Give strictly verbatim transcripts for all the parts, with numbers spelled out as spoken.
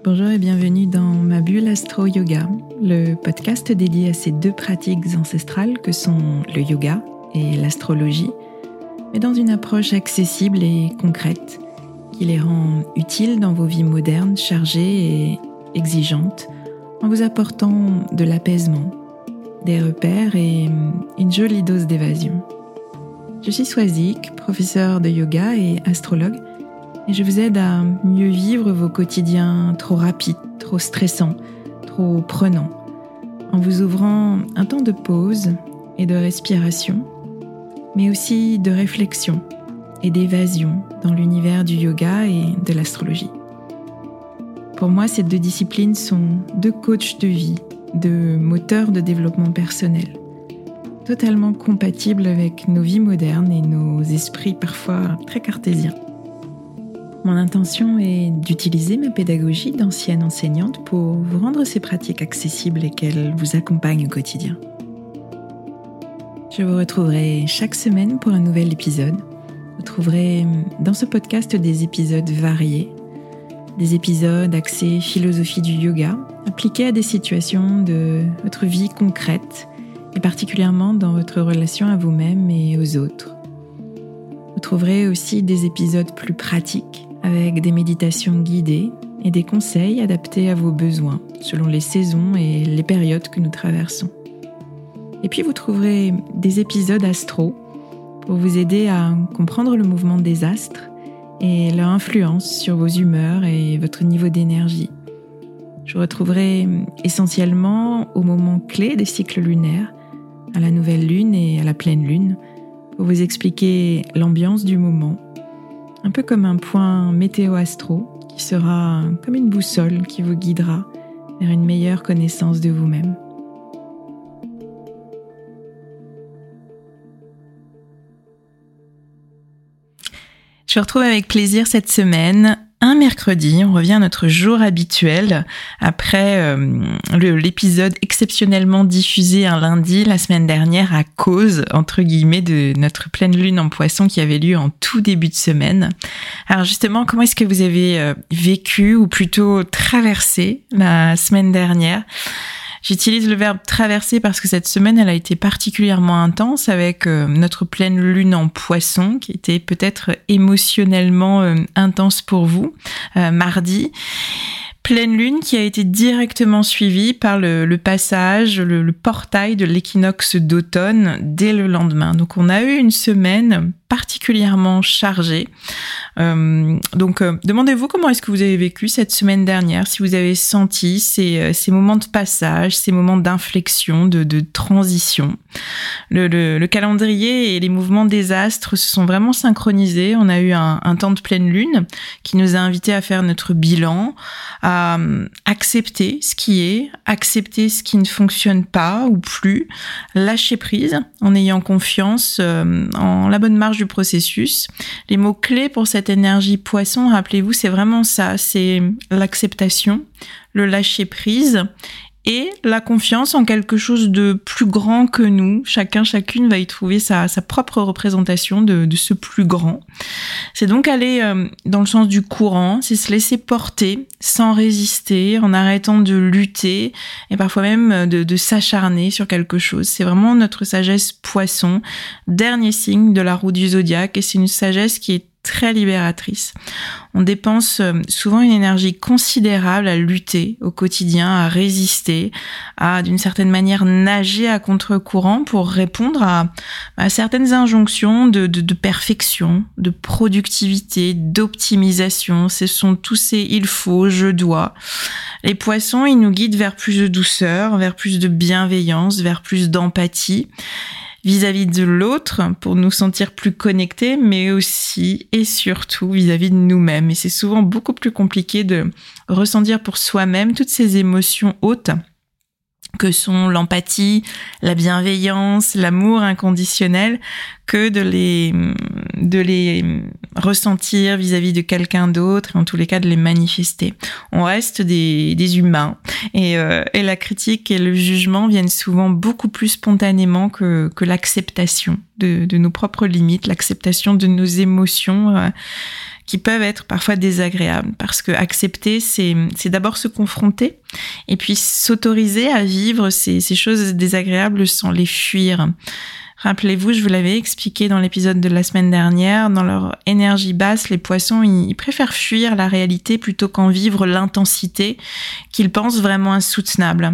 Bonjour et bienvenue dans ma bulle Astro Yoga, le podcast dédié à ces deux pratiques ancestrales que sont le yoga et l'astrologie, mais dans une approche accessible et concrète qui les rend utiles dans vos vies modernes, chargées et exigeantes, en vous apportant de l'apaisement, des repères et une jolie dose d'évasion. Je suis Swazik, professeure de yoga et astrologue, et je vous aide à mieux vivre vos quotidiens trop rapides, trop stressants, trop prenants, en vous ouvrant un temps de pause et de respiration, mais aussi de réflexion et d'évasion dans l'univers du yoga et de l'astrologie. Pour moi, ces deux disciplines sont deux coachs de vie, deux moteurs de développement personnel, totalement compatibles avec nos vies modernes et nos esprits parfois très cartésiens. Mon intention est d'utiliser ma pédagogie d'ancienne enseignante pour vous rendre ces pratiques accessibles et qu'elles vous accompagnent au quotidien. Je vous retrouverai chaque semaine pour un nouvel épisode. Vous trouverez dans ce podcast des épisodes variés, des épisodes axés philosophie du yoga, appliqués à des situations de votre vie concrète et particulièrement dans votre relation à vous-même et aux autres. Vous trouverez aussi des épisodes plus pratiques avec des méditations guidées et des conseils adaptés à vos besoins selon les saisons et les périodes que nous traversons. Et puis vous trouverez des épisodes astro pour vous aider à comprendre le mouvement des astres et leur influence sur vos humeurs et votre niveau d'énergie. Je vous retrouverai essentiellement au moment clé des cycles lunaires, à la nouvelle lune et à la pleine lune, pour vous expliquer l'ambiance du moment, un peu comme un point météo-astro qui sera comme une boussole qui vous guidera vers une meilleure connaissance de vous-même. Je vous retrouve avec plaisir cette semaine. Un mercredi, on revient à notre jour habituel après euh, le, l'épisode exceptionnellement diffusé un lundi la semaine dernière à cause, entre guillemets, de notre pleine lune en poisson qui avait lieu en tout début de semaine. Alors justement, comment est-ce que vous avez euh, vécu ou plutôt traversé la semaine dernière ? J'utilise le verbe traverser parce que cette semaine, elle a été particulièrement intense avec euh, notre pleine lune en poisson qui était peut-être émotionnellement euh, intense pour vous, euh, mardi. Pleine lune qui a été directement suivie par le, le passage, le, le portail de l'équinoxe d'automne dès le lendemain. Donc on a eu une semaine particulièrement chargée. Euh, donc euh, demandez-vous comment est-ce que vous avez vécu cette semaine dernière, si vous avez senti ces, ces moments de passage, ces moments d'inflexion, de, de transition. Le, le, le calendrier et les mouvements des astres se sont vraiment synchronisés. On a eu un, un temps de pleine lune qui nous a invités à faire notre bilan, à accepter ce qui est, accepter ce qui ne fonctionne pas ou plus, lâcher prise en ayant confiance euh, en la bonne marche du processus. Les mots-clés pour cette énergie poisson, rappelez-vous, c'est vraiment ça, c'est l'acceptation, le lâcher prise et la confiance en quelque chose de plus grand que nous. Chacun, chacune va y trouver sa, sa propre représentation de, de ce plus grand. C'est donc aller euh, dans le sens du courant, c'est se laisser porter sans résister, en arrêtant de lutter et parfois même de, de s'acharner sur quelque chose. C'est vraiment notre sagesse poisson, dernier signe de la roue du zodiaque, et c'est une sagesse qui est très libératrice. On dépense souvent une énergie considérable à lutter au quotidien, à résister, à d'une certaine manière nager à contre-courant pour répondre à, à certaines injonctions de, de, de perfection, de productivité, d'optimisation. Ce sont tous ces il faut, je dois. Les poissons, ils nous guident vers plus de douceur, vers plus de bienveillance, vers plus d'empathie vis-à-vis de l'autre pour nous sentir plus connectés, mais aussi et surtout vis-à-vis de nous-mêmes. Et c'est souvent beaucoup plus compliqué de ressentir pour soi-même toutes ces émotions hautes que sont l'empathie, la bienveillance, l'amour inconditionnel, que de les, de les ressentir vis-à-vis de quelqu'un d'autre, et en tous les cas de les manifester. On reste des, des humains, et, euh, et la critique et le jugement viennent souvent beaucoup plus spontanément que, que l'acceptation de, de nos propres limites, l'acceptation de nos émotions, euh, qui peuvent être parfois désagréables, parce que accepter, c'est, c'est d'abord se confronter, et puis s'autoriser à vivre ces, ces choses désagréables sans les fuir. Rappelez-vous, je vous l'avais expliqué dans l'épisode de la semaine dernière, dans leur énergie basse, les poissons, ils préfèrent fuir la réalité plutôt qu'en vivre l'intensité qu'ils pensent vraiment insoutenable.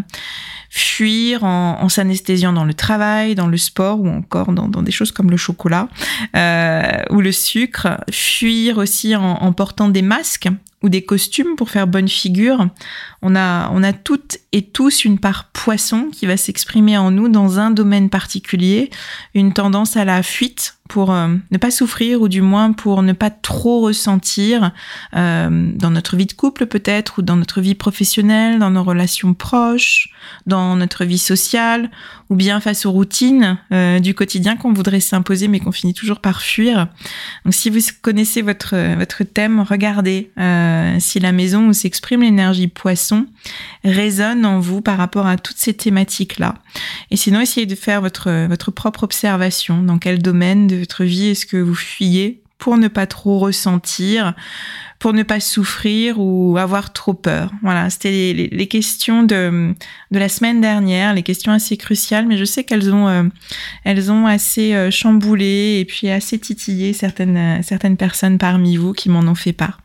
Fuir en, en s'anesthésiant dans le travail, dans le sport, ou encore dans, dans des choses comme le chocolat euh, ou le sucre. Fuir aussi en, en portant des masques ou des costumes pour faire bonne figure. On a, on a toutes et tous une part poisson qui va s'exprimer en nous dans un domaine particulier, une tendance à la fuite pour euh, ne pas souffrir, ou du moins pour ne pas trop ressentir euh, dans notre vie de couple peut-être, ou dans notre vie professionnelle, dans nos relations proches, dans notre vie sociale, ou bien face aux routines euh, du quotidien qu'on voudrait s'imposer mais qu'on finit toujours par fuir. Donc si vous connaissez votre, votre thème, regardez euh, si la maison où s'exprime l'énergie poisson résonne en vous par rapport à toutes ces thématiques-là. Et sinon, essayez de faire votre, votre propre observation. Dans quel domaine de votre vie est-ce que vous fuyez pour ne pas trop ressentir, pour ne pas souffrir ou avoir trop peur. Voilà, c'était les, les, les questions de, de la semaine dernière, les questions assez cruciales, mais je sais qu'elles ont, euh, elles ont assez euh, chamboulé et puis assez titillé certaines, euh, certaines personnes parmi vous qui m'en ont fait part.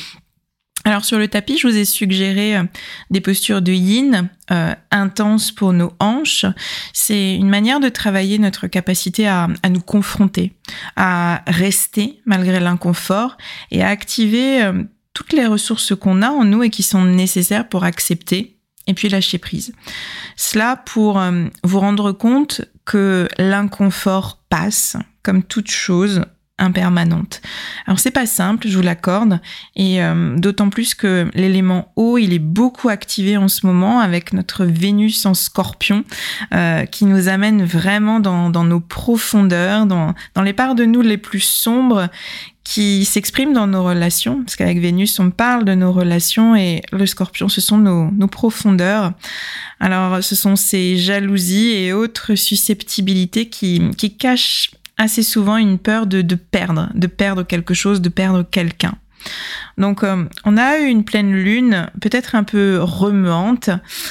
Alors sur le tapis, je vous ai suggéré des postures de yin euh, intenses pour nos hanches. C'est une manière de travailler notre capacité à, à nous confronter, à rester malgré l'inconfort et à activer euh, toutes les ressources qu'on a en nous et qui sont nécessaires pour accepter et puis lâcher prise. Cela pour euh, vous rendre compte que l'inconfort passe comme toute chose impermanente. Alors c'est pas simple, je vous l'accorde, et euh, d'autant plus que l'élément eau, il est beaucoup activé en ce moment avec notre Vénus en Scorpion, euh, qui nous amène vraiment dans, dans nos profondeurs, dans, dans les parts de nous les plus sombres, qui s'expriment dans nos relations, parce qu'avec Vénus, on parle de nos relations, et le Scorpion, ce sont nos, nos profondeurs. Alors ce sont ces jalousies et autres susceptibilités qui, qui cachent assez souvent une peur de, de perdre, de perdre quelque chose, de perdre quelqu'un. Donc, euh, on a eu une pleine lune, peut-être un peu remuante.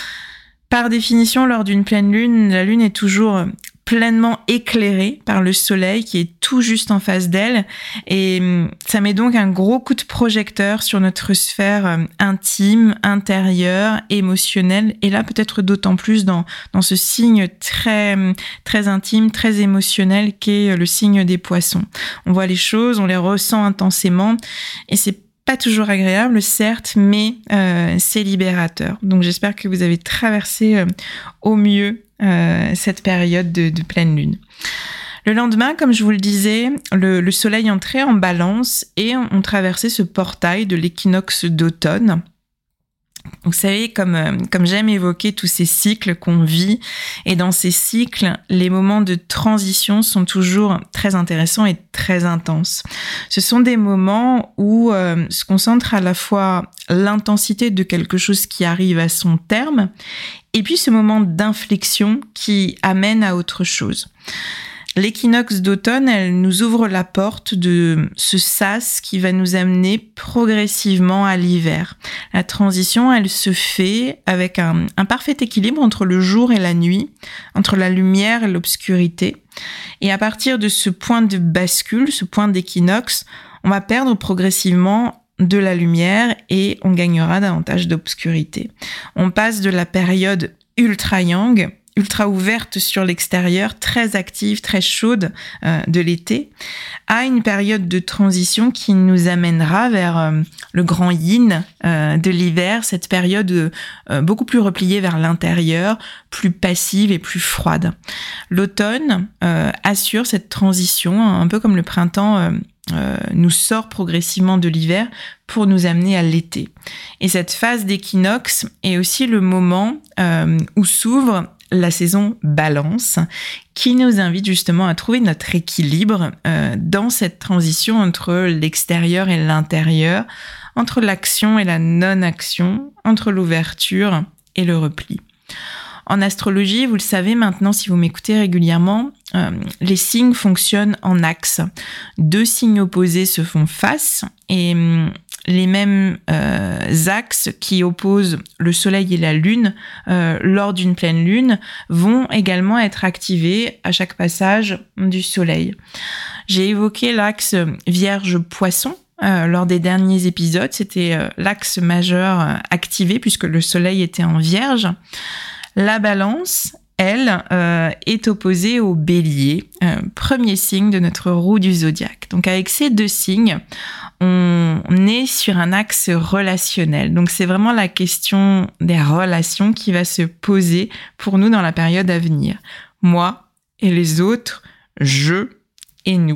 Par définition, lors d'une pleine lune, la lune est toujours pleinement éclairée par le soleil qui est tout juste en face d'elle, et ça met donc un gros coup de projecteur sur notre sphère intime, intérieure, émotionnelle, et là peut-être d'autant plus dans, dans ce signe très, très intime, très émotionnel qu'est le signe des poissons. On voit les choses, on les ressent intensément, et c'est pas toujours agréable, certes, mais euh, c'est libérateur. Donc j'espère que vous avez traversé euh, au mieux euh, cette période de, de pleine lune. Le lendemain, comme je vous le disais, le, le soleil entrait en balance et on, on traversait ce portail de l'équinoxe d'automne. Vous savez, comme, euh, comme j'aime évoquer tous ces cycles qu'on vit, et dans ces cycles, les moments de transition sont toujours très intéressants et très intenses. Ce sont des moments où euh, se concentre à la fois l'intensité de quelque chose qui arrive à son terme, et puis ce moment d'inflexion qui amène à autre chose. L'équinoxe d'automne, elle nous ouvre la porte de ce sas qui va nous amener progressivement à l'hiver. La transition, elle se fait avec un, un parfait équilibre entre le jour et la nuit, entre la lumière et l'obscurité. Et à partir de ce point de bascule, ce point d'équinoxe, on va perdre progressivement de la lumière et on gagnera davantage d'obscurité. On passe de la période ultra-yang, ultra ouverte sur l'extérieur, très active, très chaude euh, de l'été, à une période de transition qui nous amènera vers euh, le grand yin euh, de l'hiver, cette période euh, beaucoup plus repliée vers l'intérieur, plus passive et plus froide. L'automne euh, assure cette transition, un peu comme le printemps euh, euh, nous sort progressivement de l'hiver pour nous amener à l'été. Et cette phase d'équinoxe est aussi le moment euh, où s'ouvre la saison Balance, qui nous invite justement à trouver notre équilibre euh, dans cette transition entre l'extérieur et l'intérieur, entre l'action et la non-action, entre l'ouverture et le repli. En astrologie, vous le savez maintenant si vous m'écoutez régulièrement, euh, les signes fonctionnent en axe. Deux signes opposés se font face et euh, les mêmes euh, axes qui opposent le soleil et la lune euh, lors d'une pleine lune vont également être activés à chaque passage du soleil. J'ai évoqué l'axe Vierge-Poisson. Euh, lors des derniers épisodes, c'était euh, l'axe majeur euh, activé puisque le soleil était en Vierge. La Balance, elle, euh, est opposée au Bélier, euh, premier signe de notre roue du zodiaque. Donc avec ces deux signes, on est sur un axe relationnel. Donc c'est vraiment la question des relations qui va se poser pour nous dans la période à venir. Moi et les autres, je et nous.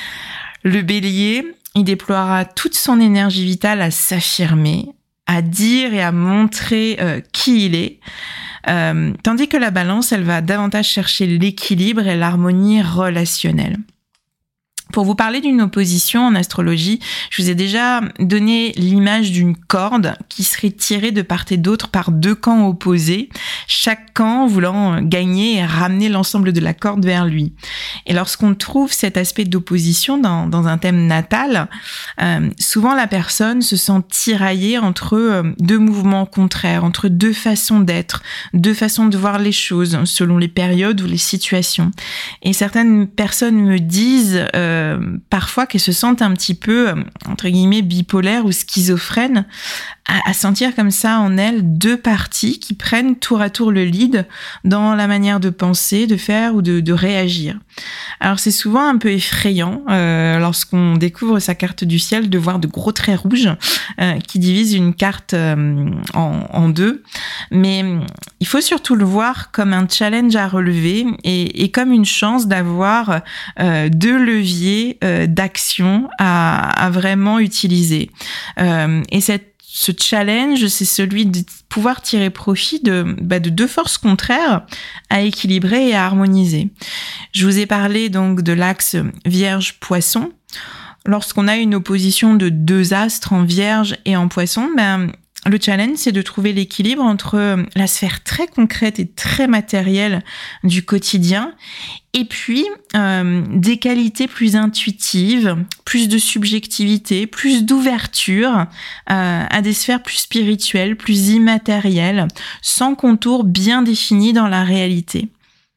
Le Bélier, il déploiera toute son énergie vitale à s'affirmer, à dire et à montrer euh, qui il est. Euh, tandis que la Balance, elle va davantage chercher l'équilibre et l'harmonie relationnelle. Pour vous parler d'une opposition en astrologie, je vous ai déjà donné l'image d'une corde qui serait tirée de part et d'autre par deux camps opposés, chaque camp voulant gagner et ramener l'ensemble de la corde vers lui. Et lorsqu'on trouve cet aspect d'opposition dans, dans un thème natal, euh, souvent la personne se sent tiraillée entre euh, deux mouvements contraires, entre deux façons d'être, deux façons de voir les choses selon les périodes ou les situations. Et certaines personnes me disent euh, Euh, parfois qu'elles se sentent un petit peu, euh, entre guillemets, bipolaires ou schizophrènes, à, à sentir comme ça en elles deux parties qui prennent tour à tour le lead dans la manière de penser, de faire ou de, de réagir. Alors c'est souvent un peu effrayant euh, lorsqu'on découvre sa carte du ciel de voir de gros traits rouges euh, qui divisent une carte euh, en, en deux, mais il faut surtout le voir comme un challenge à relever et, et comme une chance d'avoir euh, deux leviers euh, d'action à, à vraiment utiliser. Euh, et cette Ce challenge, c'est celui de pouvoir tirer profit de, bah, de deux forces contraires à équilibrer et à harmoniser. Je vous ai parlé donc de l'axe Vierge-Poisson. Lorsqu'on a une opposition de deux astres en Vierge et en Poisson, ben, le challenge, c'est de trouver l'équilibre entre la sphère très concrète et très matérielle du quotidien et puis euh, des qualités plus intuitives, plus de subjectivité, plus d'ouverture euh, à des sphères plus spirituelles, plus immatérielles, sans contour bien défini dans la réalité.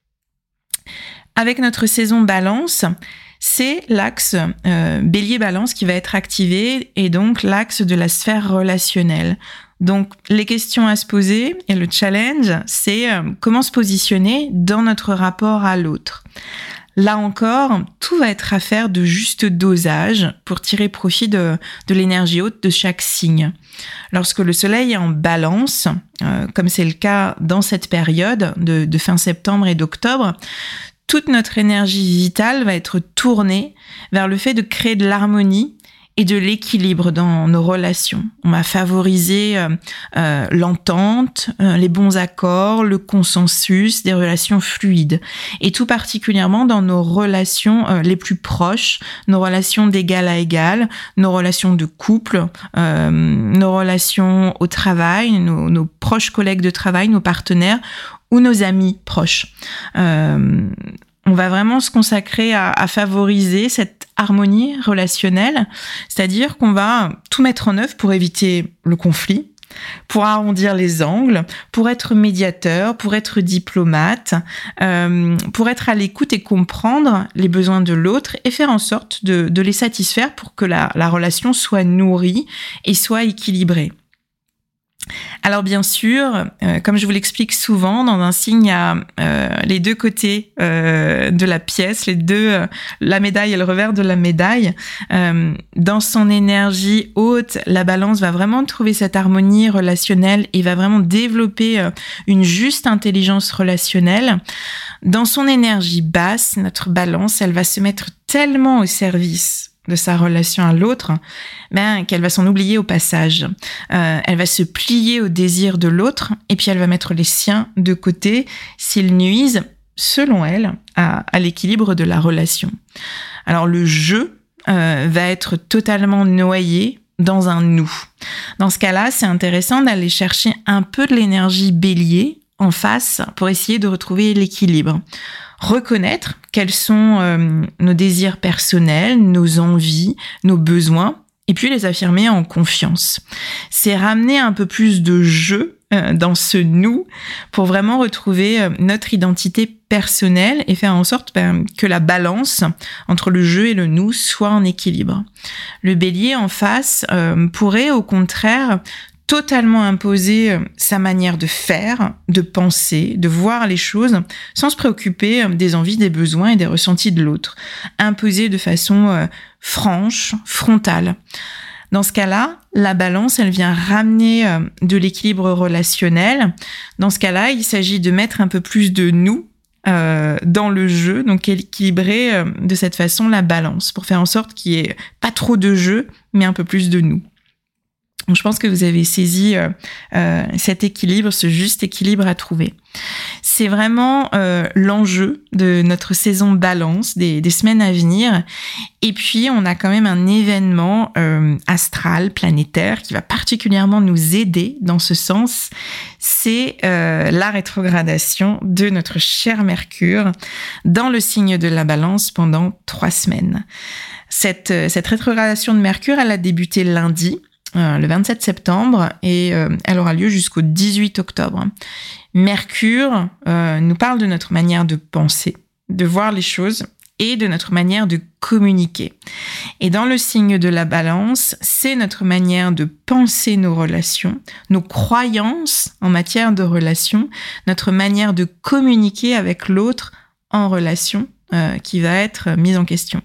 Avec notre saison Balance, c'est l'axe euh, Bélier-Balance qui va être activé et donc l'axe de la sphère relationnelle. Donc les questions à se poser et le challenge, c'est euh, comment se positionner dans notre rapport à l'autre. Là encore, tout va être affaire de juste dosage pour tirer profit de, de l'énergie haute de chaque signe. Lorsque le soleil est en Balance, euh, comme c'est le cas dans cette période de, de fin septembre et d'octobre, toute notre énergie vitale va être tournée vers le fait de créer de l'harmonie et de l'équilibre dans nos relations. On va favoriser euh, euh, l'entente, euh, les bons accords, le consensus, des relations fluides. Et tout particulièrement dans nos relations euh, les plus proches, nos relations d'égal à égal, nos relations de couple, euh, nos relations au travail, nos, nos proches collègues de travail, nos partenaires, ou nos amis proches. Euh, on va vraiment se consacrer à, à favoriser cette harmonie relationnelle, c'est-à-dire qu'on va tout mettre en œuvre pour éviter le conflit, pour arrondir les angles, pour être médiateur, pour être diplomate, euh, pour être à l'écoute et comprendre les besoins de l'autre et faire en sorte de, de les satisfaire pour que la, la relation soit nourrie et soit équilibrée. Alors bien sûr, euh, comme je vous l'explique souvent, dans un signe, il y a euh, les deux côtés euh, de la pièce, les deux, euh, la médaille et le revers de la médaille. Euh, dans son énergie haute, la Balance va vraiment trouver cette harmonie relationnelle et va vraiment développer euh, une juste intelligence relationnelle. Dans son énergie basse, notre Balance, elle va se mettre tellement au service de sa relation à l'autre, ben, qu'elle va s'en oublier au passage. Euh, elle va se plier au désir de l'autre et puis elle va mettre les siens de côté s'ils nuisent, selon elle, à, à l'équilibre de la relation. Alors le je euh, va être totalement noyé dans un nous. Dans ce cas-là, c'est intéressant d'aller chercher un peu de l'énergie bélier en face pour essayer de retrouver l'équilibre. Reconnaître quels sont euh, nos désirs personnels, nos envies, nos besoins, et puis les affirmer en confiance. C'est ramener un peu plus de jeu euh, dans ce nous pour vraiment retrouver euh, notre identité personnelle et faire en sorte ben, que la balance entre le je et le nous soit en équilibre. Le bélier en face euh, pourrait au contraire totalement imposer sa manière de faire, de penser, de voir les choses, sans se préoccuper des envies, des besoins et des ressentis de l'autre. Imposer de façon euh, franche, frontale. Dans ce cas-là, la balance, elle vient ramener euh, de l'équilibre relationnel. Dans ce cas-là, il s'agit de mettre un peu plus de nous euh, dans le jeu, donc équilibrer euh, de cette façon la balance, pour faire en sorte qu'il n'y ait pas trop de jeu, mais un peu plus de nous. Donc, je pense que vous avez saisi euh, euh, cet équilibre, ce juste équilibre à trouver. C'est vraiment euh, l'enjeu de notre saison balance des, des semaines à venir. Et puis, on a quand même un événement euh, astral, planétaire, qui va particulièrement nous aider dans ce sens. C'est euh, la rétrogradation de notre cher Mercure dans le signe de la Balance pendant trois semaines. Cette, cette rétrogradation de Mercure, elle a débuté lundi, Euh, le vingt-sept septembre, et euh, elle aura lieu jusqu'au dix-huit octobre. Mercure euh, nous parle de notre manière de penser, de voir les choses et de notre manière de communiquer. Et dans le signe de la Balance, c'est notre manière de penser nos relations, nos croyances en matière de relations, notre manière de communiquer avec l'autre en relation euh, qui va être mise en question.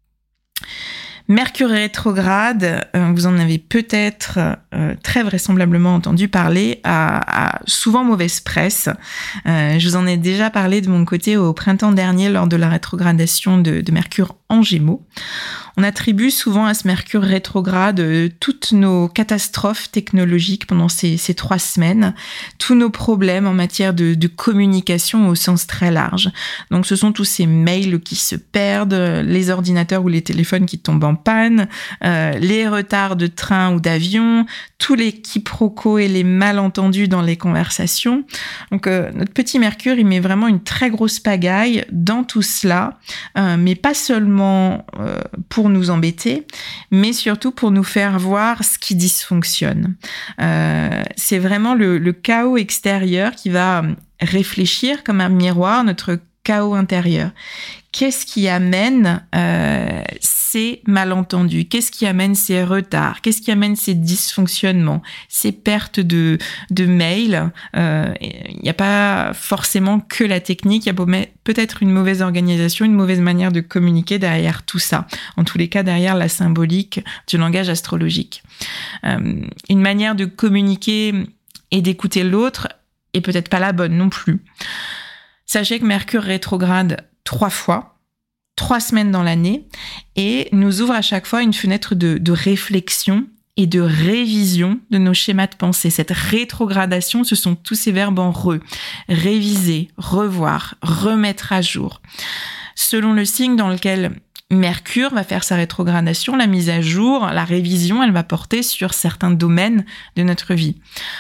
Mercure rétrograde, euh, vous en avez peut-être euh, très vraisemblablement entendu parler, a, a souvent mauvaise presse. Euh, je vous en ai déjà parlé de mon côté au printemps dernier lors de la rétrogradation de, de Mercure en Gémeaux. On attribue souvent à ce Mercure rétrograde euh, toutes nos catastrophes technologiques pendant ces, ces trois semaines, tous nos problèmes en matière de, de communication au sens très large. Donc ce sont tous ces mails qui se perdent, les ordinateurs ou les téléphones qui tombent en panne, euh, les retards de train ou d'avion, tous les quiproquos et les malentendus dans les conversations. Donc euh, notre petit Mercure, il met vraiment une très grosse pagaille dans tout cela, euh, mais pas seulement euh, pour nous embêter, mais surtout pour nous faire voir ce qui dysfonctionne. Euh, c'est vraiment le, le chaos extérieur qui va réfléchir comme un miroir notre chaos intérieur. Qu'est-ce qui amène euh, ces malentendus? Qu'est-ce qui amène ces retards? Qu'est-ce qui amène ces dysfonctionnements, ces pertes de, de mails? Euh, il n'y a pas forcément que la technique, il y a peut-être une mauvaise organisation, une mauvaise manière de communiquer derrière tout ça. En tous les cas, derrière la symbolique du langage astrologique. Euh, une manière de communiquer et d'écouter l'autre est peut-être pas la bonne non plus. Sachez que Mercure rétrograde trois fois, trois semaines dans l'année, et nous ouvre à chaque fois une fenêtre de, de réflexion et de révision de nos schémas de pensée. Cette rétrogradation, ce sont tous ces verbes en re. Réviser, revoir, remettre à jour. Selon le signe dans lequel Mercure va faire sa rétrogradation, la mise à jour, la révision, elle va porter sur certains domaines de notre vie.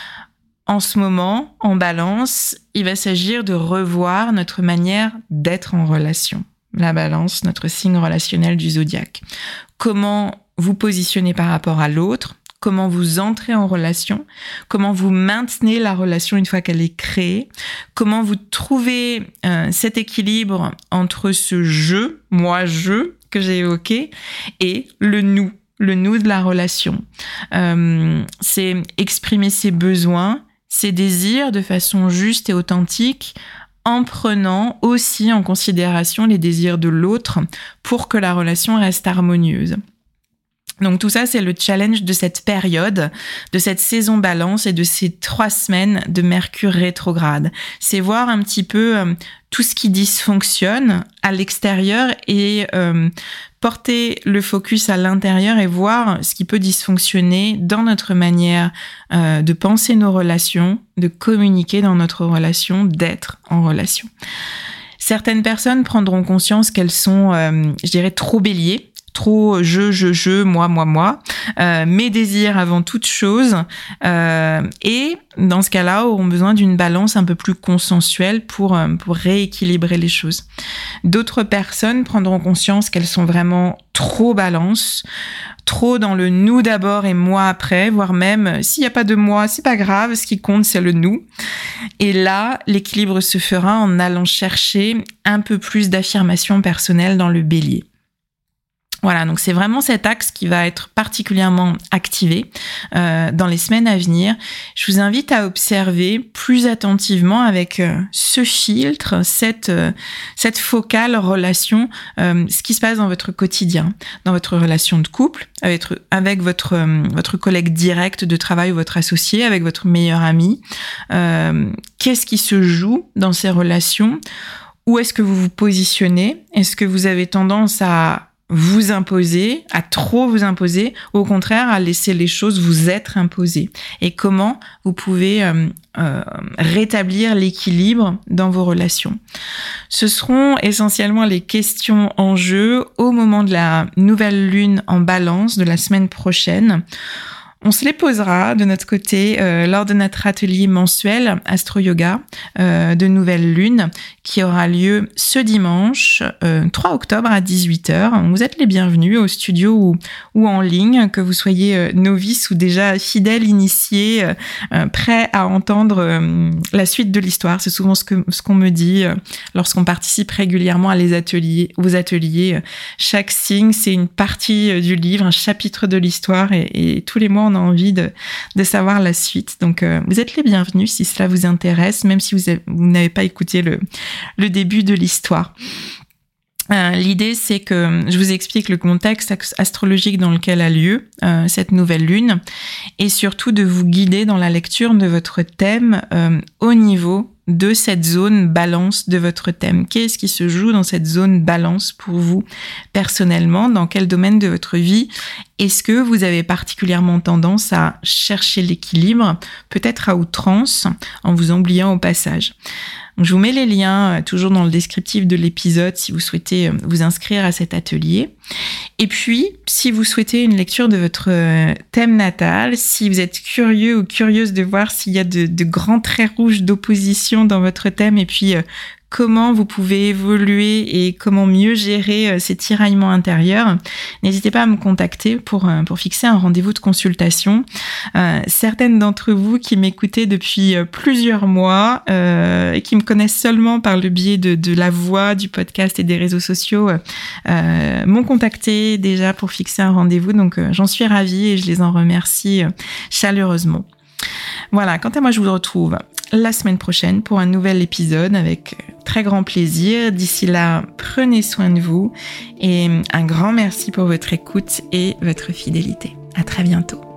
En ce moment, en Balance, il va s'agir de revoir notre manière d'être en relation. La Balance, notre signe relationnel du zodiaque. Comment vous positionnez par rapport à l'autre, comment vous entrez en relation, comment vous maintenez la relation une fois qu'elle est créée, comment vous trouvez euh, cet équilibre entre ce je, moi-je, que j'ai évoqué, et le nous, le nous de la relation. Euh, c'est exprimer ses besoins, ses désirs de façon juste et authentique, en prenant aussi en considération les désirs de l'autre pour que la relation reste harmonieuse. Donc tout ça, c'est le challenge de cette période, de cette saison balance et de ces trois semaines de Mercure rétrograde. C'est voir un petit peu euh, tout ce qui dysfonctionne à l'extérieur et euh, porter le focus à l'intérieur et voir ce qui peut dysfonctionner dans notre manière euh, de penser nos relations, de communiquer dans notre relation, d'être en relation. Certaines personnes prendront conscience qu'elles sont, euh, je dirais, trop béliers, trop je, je, je, moi, moi, moi, euh, mes désirs avant toute chose, euh, et dans ce cas-là, auront besoin d'une balance un peu plus consensuelle pour, euh, pour rééquilibrer les choses. D'autres personnes prendront conscience qu'elles sont vraiment trop balance, trop dans le nous d'abord et moi après, voire même s'il n'y a pas de moi, c'est pas grave, ce qui compte c'est le nous. Et là, l'équilibre se fera en allant chercher un peu plus d'affirmation personnelle dans le bélier. Voilà, donc c'est vraiment cet axe qui va être particulièrement activé euh, dans les semaines à venir. Je vous invite à observer plus attentivement avec euh, ce filtre, cette euh, cette focale relation, euh, ce qui se passe dans votre quotidien, dans votre relation de couple, avec, avec votre euh, votre collègue direct de travail ou votre associé, avec votre meilleur ami. Euh, qu'est-ce qui se joue dans ces relations? Où est-ce que vous vous positionnez? Est-ce que vous avez tendance à vous imposer, à trop vous imposer, ou au contraire à laisser les choses vous être imposées? Et comment vous pouvez euh, euh, rétablir l'équilibre dans vos relations? Ce seront essentiellement les questions en jeu au moment de la nouvelle lune en Balance de la semaine prochaine. On se les posera de notre côté euh, lors de notre atelier mensuel Astro Yoga euh, de nouvelle lune qui aura lieu ce dimanche euh, trois octobre à dix-huit heures. Vous êtes les bienvenus au studio ou, ou en ligne, que vous soyez euh, novice ou déjà fidèle, initié, euh, euh, prêt à entendre euh, la suite de l'histoire. C'est souvent ce, que, ce qu'on me dit euh, lorsqu'on participe régulièrement à les ateliers, aux ateliers. Chaque signe, c'est une partie du livre, un chapitre de l'histoire et, et tous les mois, on a envie de, de savoir la suite. Donc, euh, vous êtes les bienvenus si cela vous intéresse, même si vous, avez, vous n'avez pas écouté le, le début de l'histoire. Euh, l'idée, c'est que je vous explique le contexte astrologique dans lequel a lieu euh, cette nouvelle lune et surtout de vous guider dans la lecture de votre thème euh, au niveau de cette zone balance de votre thème. Qu'est-ce qui se joue dans cette zone balance pour vous personnellement? Dans quel domaine de votre vie est-ce que vous avez particulièrement tendance à chercher l'équilibre, peut-être à outrance, en vous oubliant au passage? Je vous mets les liens toujours dans le descriptif de l'épisode si vous souhaitez vous inscrire à cet atelier. Et puis, si vous souhaitez une lecture de votre thème natal, si vous êtes curieux ou curieuse de voir s'il y a de, de grands traits rouges d'opposition dans votre thème et puis euh, comment vous pouvez évoluer et comment mieux gérer euh, ces tiraillements intérieurs, n'hésitez pas à me contacter pour, euh, pour fixer un rendez-vous de consultation. Euh, certaines d'entre vous qui m'écoutez depuis euh, plusieurs mois euh, et qui me connaissent seulement par le biais de, de la voix, du podcast et des réseaux sociaux euh, m'ont contacté déjà pour fixer un rendez-vous. Donc euh, j'en suis ravie et je les en remercie euh, chaleureusement. Voilà, quant à moi, je vous retrouve la semaine prochaine pour un nouvel épisode avec très grand plaisir. D'ici là, prenez soin de vous et un grand merci pour votre écoute et votre fidélité. À très bientôt.